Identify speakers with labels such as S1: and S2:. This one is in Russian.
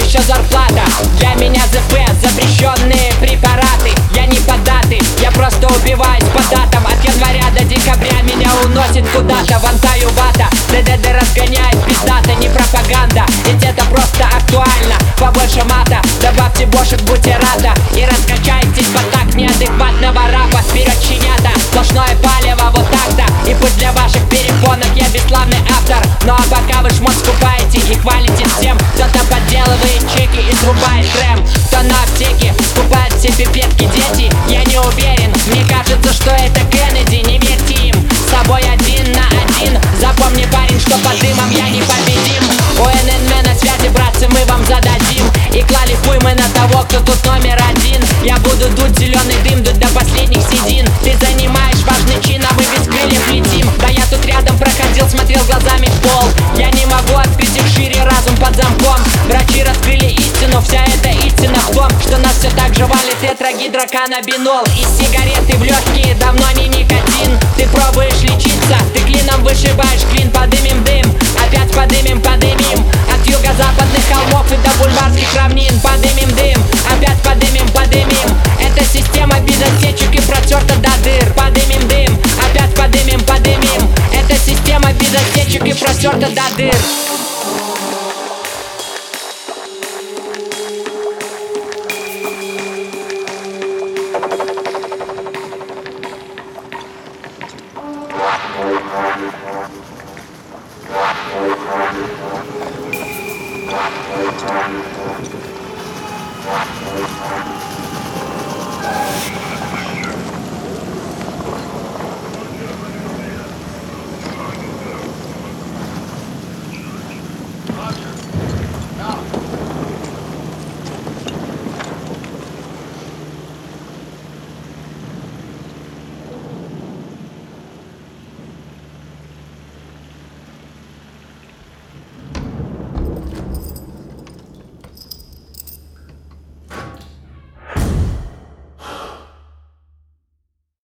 S1: еще зарплата. Для меня ЗП запрещенные препараты. Я не по даты, я просто убиваюсь по датам. От января до декабря меня уносит куда-то. Вонтаю вата, ДДД разгоняет пиздата. Не пропаганда, ведь это просто актуально. Побольше мата, добавьте бошек, будьте рада. И раскачайтесь под такт неадекватного рапа. Вперед, щенята, сплошное палево, вот так-то. И пусть для ваших перепонок я бесславный автор. Ну а пока вы шмот скупаете и хвалите всем, кто-то подделывает чеки и срубает рэм. Кто на аптеке скупает все пипетки, дети. Я не уверен, мне кажется, что это Кеннеди. Не верьте им, с собой один на один. Запомни, парень, что под дымом я не победим. У ННМ на связи, братцы, мы вам зададим. И клали хуй мы на того, кто тут номер один. Я буду дуть зеленый дым, дуть до последних седин. Ты занимаешь важный чин, а мы без крыльев летим. Да я тут рядом проходил, смотрел глазами в пол. Я не могу открыть их шире, разум под замком. Врачи раскрыли истину, вся эта истина в том, что нас все так же валит тетрагидроканнабинол. Из сигареты в легкие давно